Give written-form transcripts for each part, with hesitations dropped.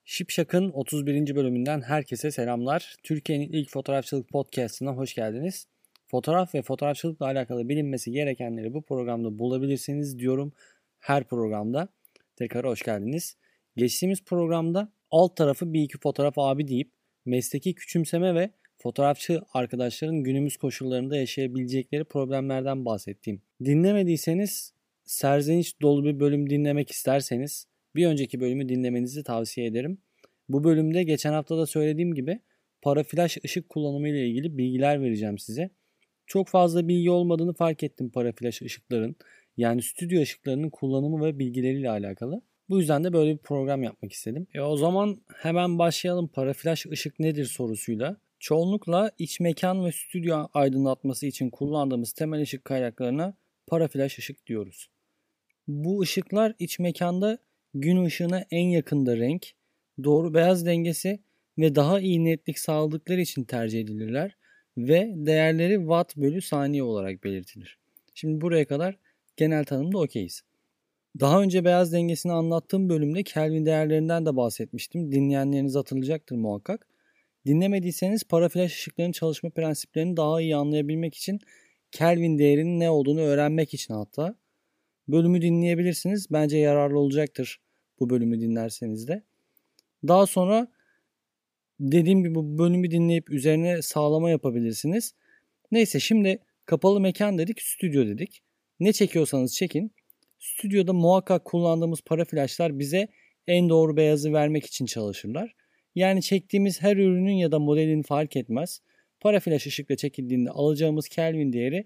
Şipşak'ın 31. bölümünden herkese selamlar. Türkiye'nin ilk fotoğrafçılık podcastına hoş geldiniz. Fotoğraf ve fotoğrafçılıkla alakalı bilinmesi gerekenleri bu programda bulabilirsiniz diyorum her programda. Tekrar hoş geldiniz. Geçtiğimiz programda alt tarafı bir iki fotoğraf abi deyip mesleki küçümseme ve fotoğrafçı arkadaşların günümüz koşullarında yaşayabilecekleri problemlerden bahsettiğim. Dinlemediyseniz serzeniş dolu bir bölüm dinlemek isterseniz bir önceki bölümü dinlemenizi tavsiye ederim. Bu bölümde geçen hafta da söylediğim gibi paraflaş ışık kullanımı ile ilgili bilgiler vereceğim size. Çok fazla bilgi olmadığını fark ettim paraflaş ışıkların, yani stüdyo ışıklarının kullanımı ve bilgileriyle alakalı. Bu yüzden de böyle bir program yapmak istedim. O zaman hemen başlayalım paraflaş ışık nedir sorusuyla. Çoğunlukla iç mekan ve stüdyo aydınlatması için kullandığımız temel ışık kaynaklarına paraflaş ışık diyoruz. Bu ışıklar iç mekanda gün ışığına en yakında renk, doğru beyaz dengesi ve daha iyi netlik sağladıkları için tercih edilirler ve değerleri watt bölü saniye olarak belirtilir. Şimdi buraya kadar genel tanımda okeyiz. Daha önce beyaz dengesini anlattığım bölümde Kelvin değerlerinden de bahsetmiştim. Dinleyenleriniz hatırlayacaktır muhakkak. Dinlemediyseniz paraflaş ışıkların çalışma prensiplerini daha iyi anlayabilmek için Kelvin değerinin ne olduğunu öğrenmek için hatta bölümü dinleyebilirsiniz. Bence yararlı olacaktır bu bölümü dinlerseniz de. Daha sonra dediğim gibi bu bölümü dinleyip üzerine sağlama yapabilirsiniz. Neyse şimdi kapalı mekan dedik, stüdyo dedik. Ne çekiyorsanız çekin. Stüdyoda muhakkak kullandığımız paraflaşlar bize en doğru beyazı vermek için çalışırlar. Yani çektiğimiz her ürünün ya da modelin fark etmez. Paraflaş ışıkla çekildiğinde alacağımız Kelvin değeri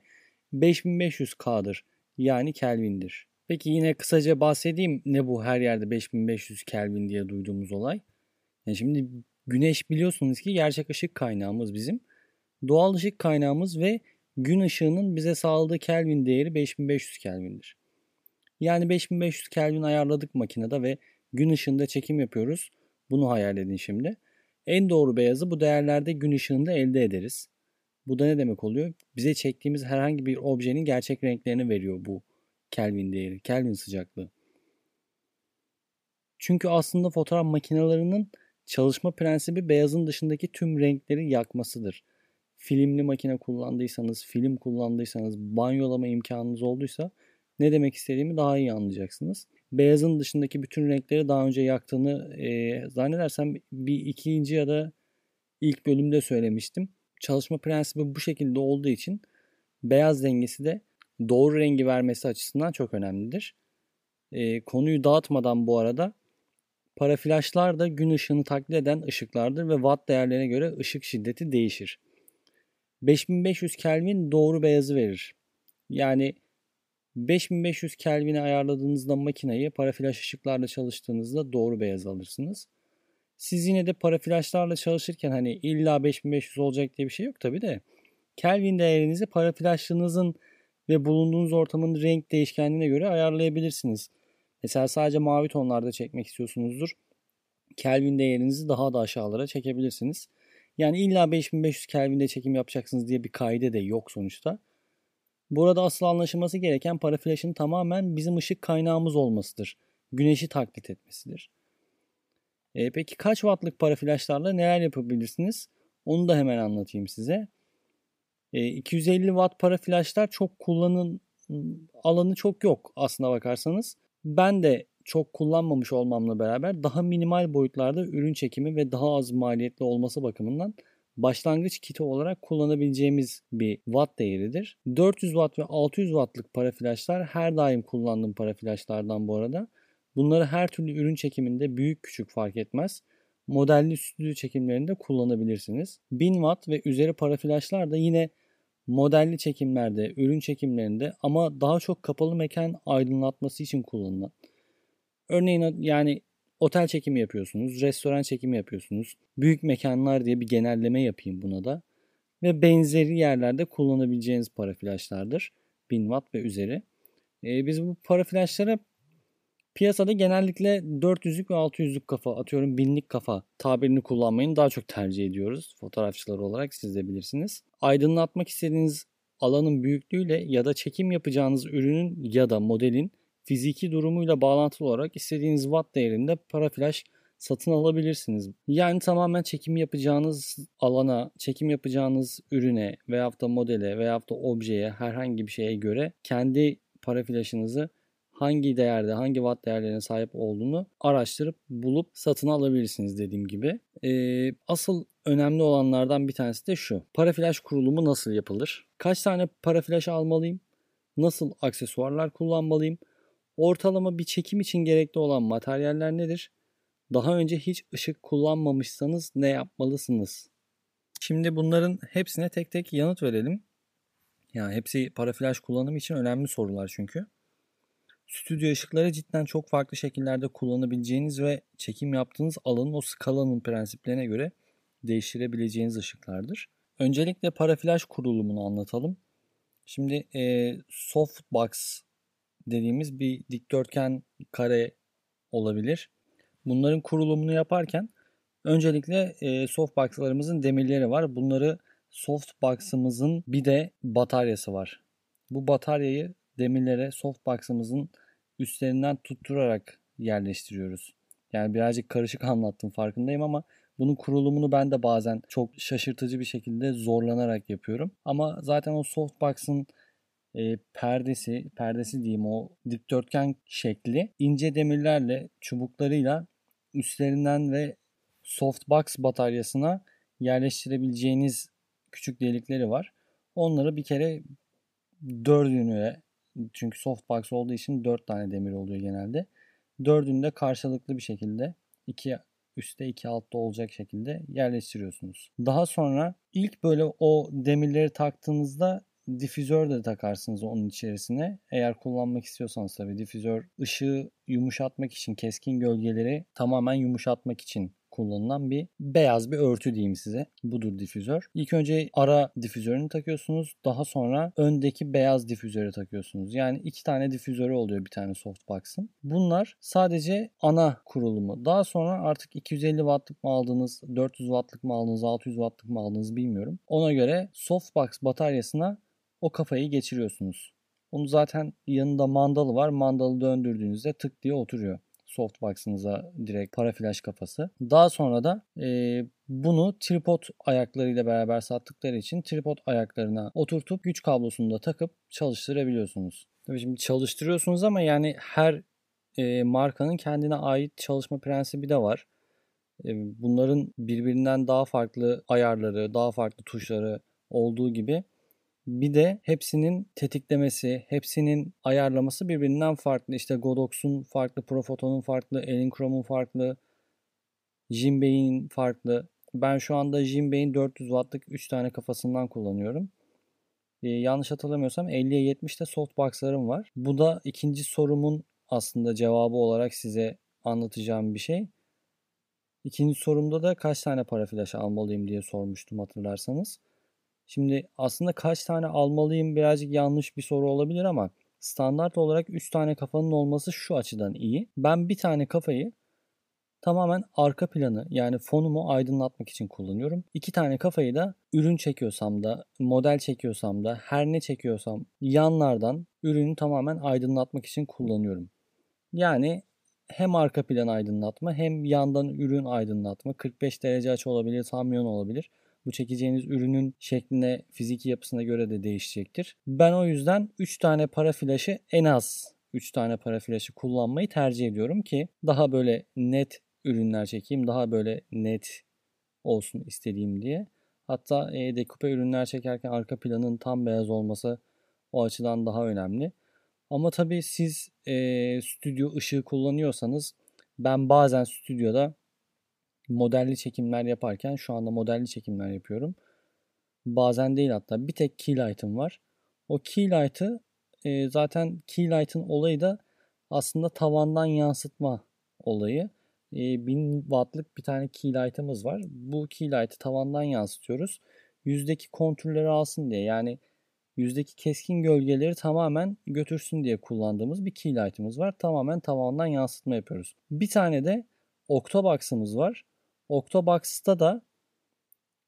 5500K'dır. Yani Kelvin'dir. Peki yine kısaca bahsedeyim ne bu her yerde 5500 Kelvin diye duyduğumuz olay. Yani şimdi güneş biliyorsunuz ki gerçek ışık kaynağımız bizim. Doğal ışık kaynağımız ve gün ışığının bize sağladığı Kelvin değeri 5500 Kelvin'dir. Yani 5500 Kelvin ayarladık makinede ve gün ışığında çekim yapıyoruz. Bunu hayal edin şimdi. En doğru beyazı bu değerlerde gün ışığında elde ederiz. Bu da ne demek oluyor? Bize çektiğimiz herhangi bir objenin gerçek renklerini veriyor bu Kelvin değeri, Kelvin sıcaklığı. Çünkü aslında fotoğraf makinelerinin çalışma prensibi beyazın dışındaki tüm renkleri yakmasıdır. Filmli makine kullandıysanız, film kullandıysanız, banyolama imkanınız olduysa ne demek istediğimi daha iyi anlayacaksınız. Beyazın dışındaki bütün renkleri daha önce yaktığını zannedersem bir ikinci ya da ilk bölümde söylemiştim. Çalışma prensibi bu şekilde olduğu için beyaz dengesi de doğru rengi vermesi açısından çok önemlidir. Konuyu dağıtmadan bu arada paraflaşlar da gün ışığını taklit eden ışıklardır ve watt değerlerine göre ışık şiddeti değişir. 5500 Kelvin doğru beyazı verir. Yani 5500 Kelvin'e ayarladığınızda makineyi paraflaş ışıklarla çalıştığınızda doğru beyaz alırsınız. Siz yine de paraflaşlarla çalışırken hani illa 5500 olacak diye bir şey yok tabi de. Kelvin değerinizi paraflaşınızın ve bulunduğunuz ortamın renk değişkenliğine göre ayarlayabilirsiniz. Mesela sadece mavi tonlarda çekmek istiyorsunuzdur. Kelvin değerinizi daha da aşağılara çekebilirsiniz. Yani illa 5500 Kelvin'de çekim yapacaksınız diye bir kaide de yok sonuçta. Burada asıl anlaşılması gereken paraflaşın tamamen bizim ışık kaynağımız olmasıdır. Güneşi taklit etmesidir. Peki kaç wattlık paraflaşlarla neler yapabilirsiniz? Onu da hemen anlatayım size. 250 watt paraflaşlar çok kullanın alanı çok yok aslına bakarsanız. Ben de çok kullanmamış olmamla beraber daha minimal boyutlarda ürün çekimi ve daha az maliyetli olması bakımından başlangıç kiti olarak kullanabileceğimiz bir watt değeridir. 400 watt ve 600 wattlık paraflaşlar her daim kullandığım paraflaşlardan bu arada. Bunları her türlü ürün çekiminde büyük küçük fark etmez. Modelli stüdyo çekimlerinde kullanabilirsiniz. 1000 watt ve üzeri paraflaşlar da yine modelli çekimlerde, ürün çekimlerinde ama daha çok kapalı mekan aydınlatması için kullanılan. Örneğin yani otel çekimi yapıyorsunuz, restoran çekimi yapıyorsunuz. Büyük mekanlar diye bir genelleme yapayım buna da. Ve benzeri yerlerde kullanabileceğiniz paraflaşlardır. 1000 watt ve üzeri. Biz bu paraflaşlara piyasada genellikle 400'lük ve 600'lük kafa, atıyorum 1000'lik kafa tabirini kullanmayı daha çok tercih ediyoruz. Fotoğrafçılar olarak siz de bilirsiniz. Aydınlatmak istediğiniz alanın büyüklüğüyle ya da çekim yapacağınız ürünün ya da modelin fiziki durumuyla bağlantılı olarak istediğiniz watt değerinde paraflaş satın alabilirsiniz. Yani tamamen çekim yapacağınız alana, çekim yapacağınız ürüne veyahut da modele veyahut da objeye, herhangi bir şeye göre kendi para flaşınızı hangi değerde, hangi watt değerlerine sahip olduğunu araştırıp bulup satın alabilirsiniz dediğim gibi. Asıl önemli olanlardan bir tanesi de şu. Para flash kurulumu nasıl yapılır? Kaç tane para flash almalıyım? Nasıl aksesuarlar kullanmalıyım? Ortalama bir çekim için gerekli olan materyaller nedir? Daha önce hiç ışık kullanmamışsanız ne yapmalısınız? Şimdi bunların hepsine tek tek yanıt verelim. Yani hepsi para flash kullanımı için önemli sorular çünkü. Stüdyo ışıkları cidden çok farklı şekillerde kullanabileceğiniz ve çekim yaptığınız alanın o skalanın prensiplerine göre değiştirebileceğiniz ışıklardır. Öncelikle para flash kurulumunu anlatalım. Şimdi softbox dediğimiz bir dikdörtgen kare olabilir. Bunların kurulumunu yaparken öncelikle softbox'larımızın demirleri var. Bunları softbox'ımızın bir de bataryası var. Bu bataryayı demirlere softbox'ımızın üstlerinden tutturarak yerleştiriyoruz. Yani birazcık karışık anlattım farkındayım ama bunun kurulumunu ben de bazen çok şaşırtıcı bir şekilde zorlanarak yapıyorum. Ama zaten o softbox'ın perdesi diyeyim, o dikdörtgen şekli ince demirlerle, çubuklarıyla üstlerinden ve softbox bataryasına yerleştirebileceğiniz küçük delikleri var. Onları bir kere dördünü, çünkü softbox olduğu için 4 tane demir oluyor genelde. Dördünü de karşılıklı bir şekilde iki üstte iki altta olacak şekilde yerleştiriyorsunuz. Daha sonra ilk böyle o demirleri taktığınızda difüzör de takarsınız onun içerisine. Eğer kullanmak istiyorsanız tabii difüzör ışığı yumuşatmak için, keskin gölgeleri tamamen yumuşatmak için kullanılan bir beyaz bir örtü diyeyim size. Budur difüzör. İlk önce ara difüzörünü takıyorsunuz. Daha sonra öndeki beyaz difüzörü takıyorsunuz. Yani iki tane difüzörü oluyor bir tane softbox'ın. Bunlar sadece ana kurulumu. Daha sonra artık 250 wattlık mı aldınız, 400 wattlık mı aldınız, 600 wattlık mı aldınız bilmiyorum. Ona göre softbox bataryasına o kafayı geçiriyorsunuz. Onu zaten yanında mandalı var. Mandalı döndürdüğünüzde tık diye oturuyor softbox'ınıza direkt para flash kafası. Daha sonra da bunu tripod ayaklarıyla beraber sattıkları için tripod ayaklarına oturtup güç kablosunu da takıp çalıştırabiliyorsunuz. Tabii şimdi çalıştırıyorsunuz ama yani her markanın kendine ait çalışma prensibi de var. Bunların birbirinden daha farklı ayarları, daha farklı tuşları olduğu gibi bir de hepsinin tetiklemesi, hepsinin ayarlaması birbirinden farklı. İşte Godox'un farklı, Profoton'un farklı, Elinchrome'un farklı, Jinbei'nin farklı. Ben şu anda Jinbei'nin 400 wattlık 3 tane kafasından kullanıyorum. Yanlış hatırlamıyorsam 50'ye 70'te softbox'larım var. Bu da ikinci sorumun aslında cevabı olarak size anlatacağım bir şey. İkinci sorumda da kaç tane para flaşı almalıyım diye sormuştum hatırlarsanız. Şimdi aslında kaç tane almalıyım birazcık yanlış bir soru olabilir ama standart olarak 3 tane kafanın olması şu açıdan iyi. Ben bir tane kafayı tamamen arka planı yani fonumu aydınlatmak için kullanıyorum. 2 tane kafayı da ürün çekiyorsam da, model çekiyorsam da, her ne çekiyorsam yanlardan ürünü tamamen aydınlatmak için kullanıyorum. Yani hem arka plan aydınlatma hem yandan ürün aydınlatma. 45 derece açı olabilir, tam yön olabilir. Bu çekeceğiniz ürünün şekline, fiziki yapısına göre de değişecektir. Ben o yüzden 3 tane para flaşı, en az 3 tane para flaşı kullanmayı tercih ediyorum ki daha böyle net ürünler çekeyim, daha böyle net olsun istediğim diye. Hatta dekoupe ürünler çekerken arka planın tam beyaz olması o açıdan daha önemli. Ama tabii siz stüdyo ışığı kullanıyorsanız ben bazen stüdyoda modelli çekimler yaparken şu anda modelli çekimler yapıyorum. Bazen değil, hatta bir tek key light'ım var. O key light'ı zaten key light'ın olayı da aslında tavandan yansıtma olayı. 1000 wattlık bir tane key light'ımız var. Bu key light'ı tavandan yansıtıyoruz. Yüzdeki kontürleri alsın diye, yani yüzdeki keskin gölgeleri tamamen götürsün diye kullandığımız bir key light'ımız var. Tamamen tavandan yansıtma yapıyoruz. Bir tane de Octobox'ımız var. Octobox'ta da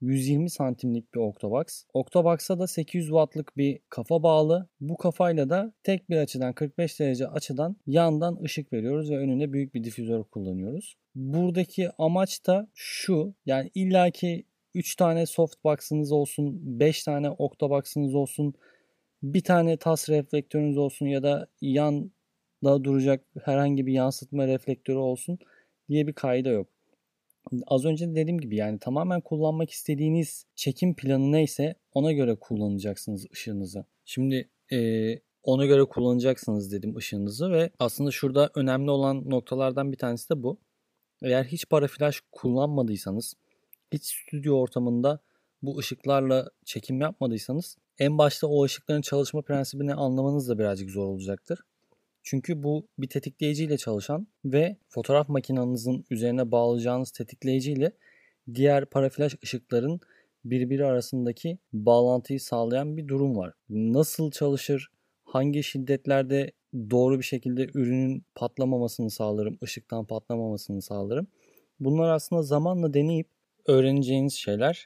120 santimlik bir Octobox. Octobox'a da 800 wattlık bir kafa bağlı. Bu kafayla da tek bir açıdan 45 derece açıdan yandan ışık veriyoruz ve önünde büyük bir difüzör kullanıyoruz. Buradaki amaç da şu, yani illaki 3 tane softbox'ınız olsun, 5 tane Octobox'ınız olsun, bir tane tas reflektörünüz olsun ya da yanda duracak herhangi bir yansıtma reflektörü olsun diye bir kaide yok. Az önce de dediğim gibi yani tamamen kullanmak istediğiniz çekim planı neyse ona göre kullanacaksınız ışığınızı. Şimdi ona göre kullanacaksınız dedim ışığınızı ve aslında şurada önemli olan noktalardan bir tanesi de bu. Eğer hiç para flash kullanmadıysanız, hiç stüdyo ortamında bu ışıklarla çekim yapmadıysanız en başta o ışıkların çalışma prensibini anlamanız da birazcık zor olacaktır. Çünkü bu bir tetikleyiciyle çalışan ve fotoğraf makinenizin üzerine bağlayacağınız tetikleyiciyle diğer paraflaş ışıkların birbiri arasındaki bağlantıyı sağlayan bir durum var. Nasıl çalışır, hangi şiddetlerde doğru bir şekilde ürünün patlamamasını sağlarım, ışıktan patlamamasını sağlarım. Bunlar aslında zamanla deneyip öğreneceğiniz şeyler.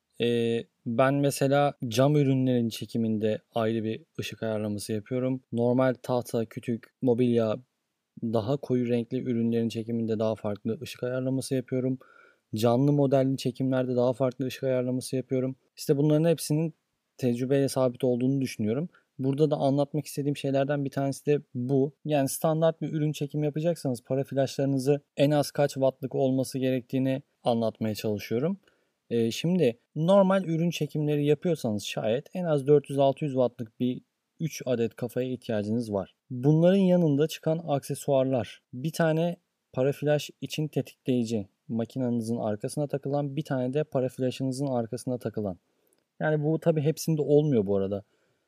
Ben mesela cam ürünlerin çekiminde ayrı bir ışık ayarlaması yapıyorum. Normal tahta, kütük, mobilya, daha koyu renkli ürünlerin çekiminde daha farklı ışık ayarlaması yapıyorum. Canlı modelli çekimlerde daha farklı ışık ayarlaması yapıyorum. İşte bunların hepsinin tecrübeyle sabit olduğunu düşünüyorum. Burada da anlatmak istediğim şeylerden bir tanesi de bu. Yani standart bir ürün çekim yapacaksanız para flaşlarınızı en az kaç wattlık olması gerektiğini anlatmaya çalışıyorum. Şimdi normal ürün çekimleri yapıyorsanız şayet en az 400-600 wattlık bir 3 adet kafaya ihtiyacınız var. Bunların yanında çıkan aksesuarlar. Bir tane para flash için tetikleyici. Makinenizin arkasına takılan, bir tane de para flash'ınızın arkasına takılan. Yani bu tabi hepsinde olmuyor bu arada.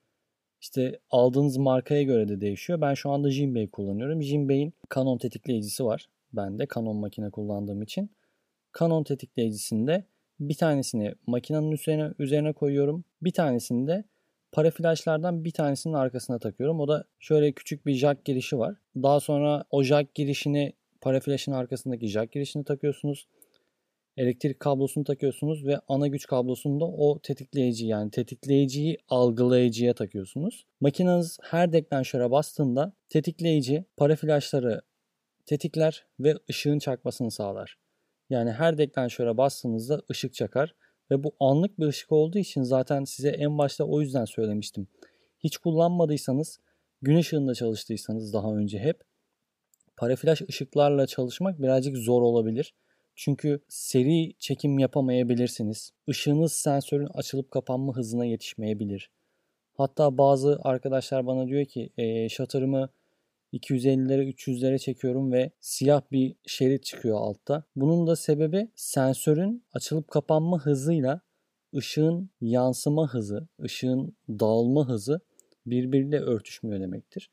İşte aldığınız markaya göre de değişiyor. Ben şu anda Jinbei kullanıyorum. Jinbei'in Canon tetikleyicisi var. Ben de Canon makine kullandığım için. Canon tetikleyicisinde bir tanesini makinenin üzerine koyuyorum. Bir tanesini de para flaşlardan bir tanesinin arkasına takıyorum. O da şöyle küçük bir jack girişi var. Daha sonra o jack girişini para flaşın arkasındaki jack girişini takıyorsunuz. Elektrik kablosunu takıyorsunuz ve ana güç kablosunu da o tetikleyici yani tetikleyiciyi algılayıcıya takıyorsunuz. Makineniz her deklanşöre bastığında tetikleyici para flaşları tetikler ve ışığın çakmasını sağlar. Yani her deklanşöre bastığınızda ışık çakar ve bu anlık bir ışık olduğu için zaten size en başta o yüzden söylemiştim. Hiç kullanmadıysanız, gün ışığında çalıştıysanız daha önce hep paraflaş ışıklarla çalışmak birazcık zor olabilir. Çünkü seri çekim yapamayabilirsiniz. Işığınız sensörün açılıp kapanma hızına yetişmeyebilir. Hatta bazı arkadaşlar bana diyor ki shutter'ımı 250'lere 300'lere çekiyorum ve siyah bir şerit çıkıyor altta. Bunun da sebebi sensörün açılıp kapanma hızıyla ışığın yansıma hızı, ışığın dağılma hızı birbiriyle örtüşmüyor demektir.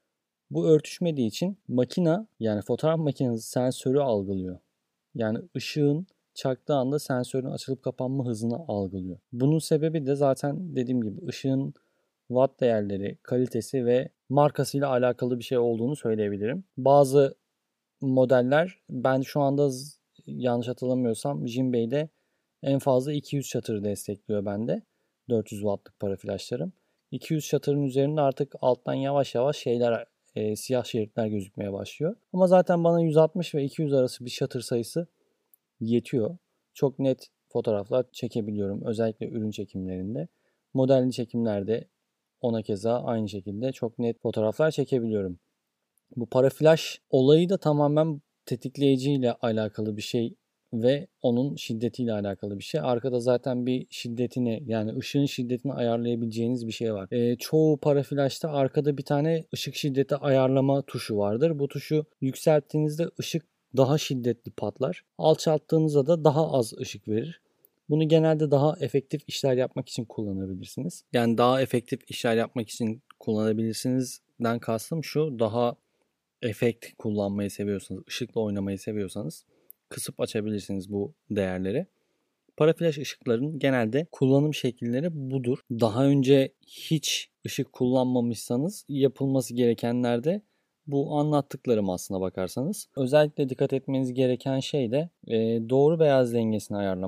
Bu örtüşmediği için makina yani fotoğraf makinesi sensörü algılıyor. Yani ışığın çaktığı anda sensörün açılıp kapanma hızını algılıyor. Bunun sebebi de zaten dediğim gibi ışığın watt değerleri, kalitesi ve markasıyla alakalı bir şey olduğunu söyleyebilirim. Bazı modeller ben şu anda yanlış hatırlamıyorsam Jinbei'de en fazla 200 shutter destekliyor bende. 400 wattlık para flaşlarım. 200 shutter'ın üzerinde artık alttan yavaş yavaş siyah şeritler gözükmeye başlıyor. Ama zaten bana 160 ve 200 arası bir shutter sayısı yetiyor. Çok net fotoğraflar çekebiliyorum. Özellikle ürün çekimlerinde. Modelli çekimlerde ona keza aynı şekilde çok net fotoğraflar çekebiliyorum. Bu para flash olayı da tamamen tetikleyiciyle alakalı bir şey ve onun şiddetiyle alakalı bir şey. Arkada zaten bir şiddetini yani ışığın şiddetini ayarlayabileceğiniz bir şey var. Çoğu para flash'ta arkada bir tane ışık şiddeti ayarlama tuşu vardır. Bu tuşu yükselttiğinizde ışık daha şiddetli patlar. Alçalttığınızda da daha az ışık verir. Bunu genelde daha efektif işler yapmak için kullanabilirsiniz. Yani daha efektif işler yapmak için kullanabilirsinizden kastım şu: daha efekt kullanmayı seviyorsanız, ışıkla oynamayı seviyorsanız kısıp açabilirsiniz bu değerleri. Paraflaş ışıkların genelde kullanım şekilleri budur. Daha önce hiç ışık kullanmamışsanız yapılması gerekenler de bu anlattıklarım aslına bakarsanız. Özellikle dikkat etmeniz gereken şey de doğru beyaz dengesini ayarlamak.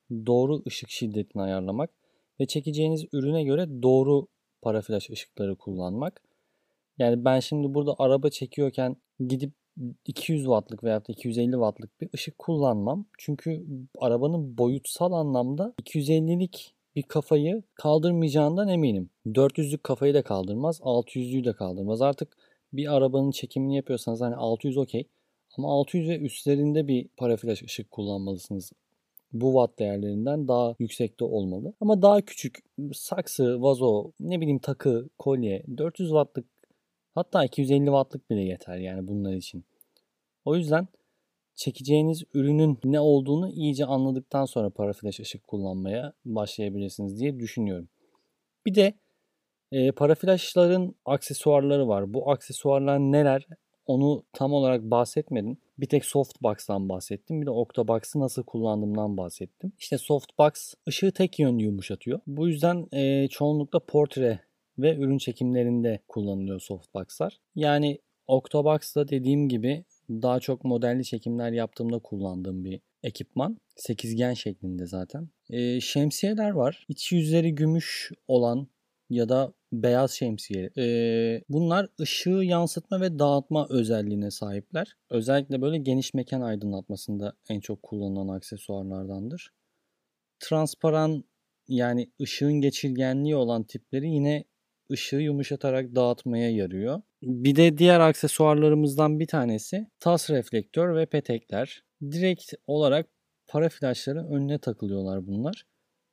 doğru ışık şiddetini ayarlamak ve çekeceğiniz ürüne göre doğru paraflaş ışıkları kullanmak. Yani ben şimdi burada araba çekiyorken gidip 200 wattlık veya 250 wattlık bir ışık kullanmam. Çünkü arabanın boyutsal anlamda 250'lik bir kafayı kaldırmayacağından eminim. 400'lük kafayı da kaldırmaz, 600'lüğü de kaldırmaz. Artık bir arabanın çekimini yapıyorsanız hani 600 okey. Ama 600 ve üstlerinde bir paraflaş ışık kullanmalısınız. Bu watt değerlerinden daha yüksekte olmalı. Ama daha küçük saksı, vazo, ne bileyim takı, kolye 400 wattlık hatta 250 wattlık bile yeter yani bunlar için. O yüzden çekeceğiniz ürünün ne olduğunu iyice anladıktan sonra paraflaş ışık kullanmaya başlayabilirsiniz diye düşünüyorum. Bir de paraflaşların aksesuarları var. Bu aksesuarlar neler? Onu tam olarak bahsetmedim. Bir tek softbox'tan bahsettim. Bir de octobox'ı nasıl kullandığımdan bahsettim. İşte softbox ışığı tek yönlü yumuşatıyor. Bu yüzden çoğunlukla portre ve ürün çekimlerinde kullanılıyor softbox'lar. Yani octobox da dediğim gibi daha çok modelli çekimler yaptığımda kullandığım bir ekipman. Sekizgen şeklinde zaten. Şemsiyeler var. İç yüzleri gümüş olan ya da beyaz şemsiye. Bunlar ışığı yansıtma ve dağıtma özelliğine sahipler. Özellikle böyle geniş mekan aydınlatmasında en çok kullanılan aksesuarlardandır. Transparan yani ışığın geçirgenliği olan tipleri yine ışığı yumuşatarak dağıtmaya yarıyor. Bir de diğer aksesuarlarımızdan bir tanesi tas reflektör ve petekler. Direkt olarak para flaşların önüne takılıyorlar bunlar.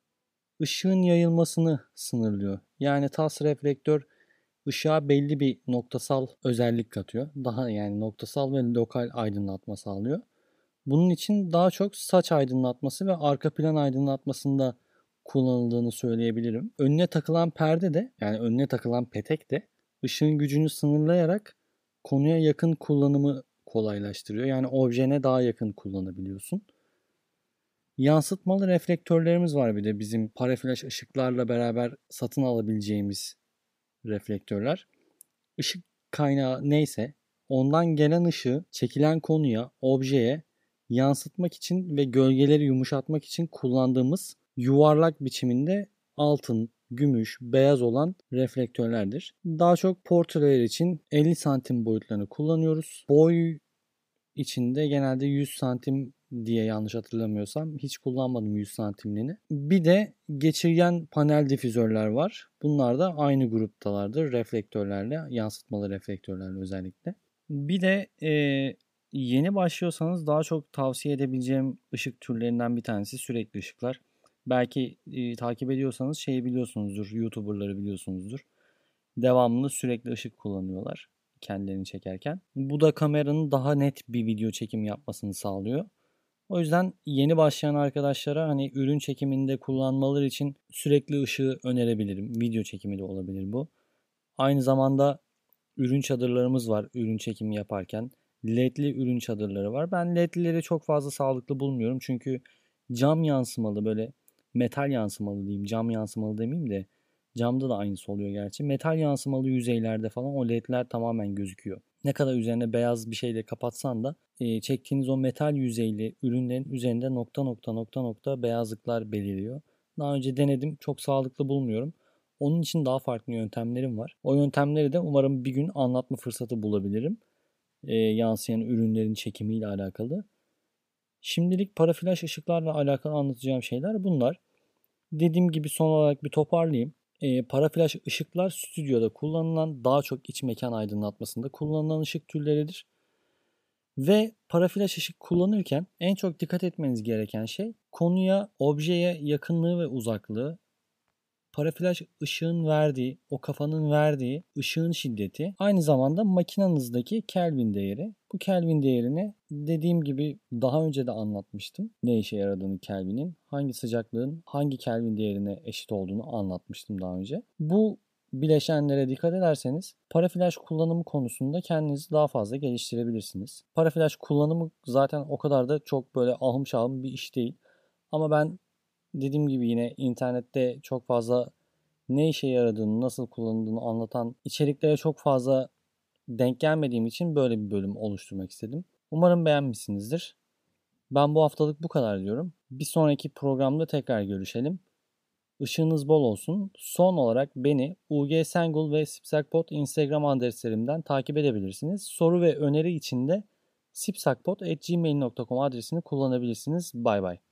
Işığın yayılmasını sınırlıyor. Yani tas reflektör ışığa belli bir noktasal özellik katıyor. Daha yani noktasal ve lokal aydınlatma sağlıyor. Bunun için daha çok saç aydınlatması ve arka plan aydınlatmasında kullanıldığını söyleyebilirim. Önüne takılan perde de yani önüne takılan petek de ışığın gücünü sınırlayarak konuya yakın kullanımı kolaylaştırıyor. Yani objene daha yakın kullanabiliyorsun. Yansıtmalı reflektörlerimiz var bir de bizim paraflaş ışıklarla beraber satın alabileceğimiz reflektörler. Işık kaynağı neyse ondan gelen ışığı çekilen konuya, objeye yansıtmak için ve gölgeleri yumuşatmak için kullandığımız yuvarlak biçiminde altın, gümüş, beyaz olan reflektörlerdir. Daha çok portreler için 50 santim boyutlarını kullanıyoruz. Boy içinde genelde 100 santim diye yanlış hatırlamıyorsam hiç kullanmadım 100 santimliğini. Bir de geçirgen panel difüzörler var. Bunlar da aynı gruptalardır reflektörlerle, yansıtmalı reflektörlerle özellikle. Bir de yeni başlıyorsanız daha çok tavsiye edebileceğim ışık türlerinden bir tanesi sürekli ışıklar. Belki takip ediyorsanız şeyi biliyorsunuzdur, YouTuber'ları biliyorsunuzdur. Devamlı sürekli ışık kullanıyorlar kendilerini çekerken. Bu da kameranın daha net bir video çekim yapmasını sağlıyor. O yüzden yeni başlayan arkadaşlara hani ürün çekiminde kullanmaları için sürekli ışığı önerebilirim. Video çekimi de olabilir bu. Aynı zamanda ürün çadırlarımız var ürün çekimi yaparken. LED'li ürün çadırları var. Ben LED'lileri çok fazla sağlıklı bulmuyorum. Çünkü cam yansımalı böyle metal yansımalı diyeyim. Cam yansımalı demeyeyim de camda da aynısı oluyor gerçi. Metal yansımalı yüzeylerde falan o LED'ler tamamen gözüküyor. Ne kadar üzerine beyaz bir şeyle kapatsan da çektiğiniz o metal yüzeyli ürünlerin üzerinde nokta nokta nokta nokta beyazlıklar beliriyor. Daha önce denedim. Çok sağlıklı bulmuyorum. Onun için daha farklı yöntemlerim var. O yöntemleri de umarım bir gün anlatma fırsatı bulabilirim. Yansıyan ürünlerin çekimiyle alakalı. Şimdilik paraflaş ışıklarla alakalı anlatacağım şeyler bunlar. Dediğim gibi son olarak bir toparlayayım. Paraflaş ışıklar stüdyoda kullanılan daha çok iç mekan aydınlatmasında kullanılan ışık türleridir. Ve paraflaş ışık kullanırken en çok dikkat etmeniz gereken şey konuya, objeye yakınlığı ve uzaklığı, paraflaş ışığın verdiği, o kafanın verdiği ışığın şiddeti, aynı zamanda makinanızdaki Kelvin değeri. Bu Kelvin değerini dediğim gibi daha önce de anlatmıştım. Ne işe yaradığını Kelvin'in, hangi sıcaklığın hangi Kelvin değerine eşit olduğunu anlatmıştım daha önce. Bu bileşenlere dikkat ederseniz paraflaş kullanımı konusunda kendinizi daha fazla geliştirebilirsiniz. Paraflaş kullanımı zaten o kadar da çok böyle ahım şahım bir iş değil. Ama ben dediğim gibi yine internette çok fazla ne işe yaradığını, nasıl kullanıldığını anlatan içeriklere çok fazla denk gelmediğim için böyle bir bölüm oluşturmak istedim. Umarım beğenmişsinizdir. Ben bu haftalık bu kadar diyorum. Bir sonraki programda tekrar görüşelim. Işığınız bol olsun. Son olarak beni UG Sengul ve Sipsakpot Instagram adreslerimden takip edebilirsiniz. Soru ve öneri için de sipsakpot@gmail.com adresini kullanabilirsiniz. Bay bay.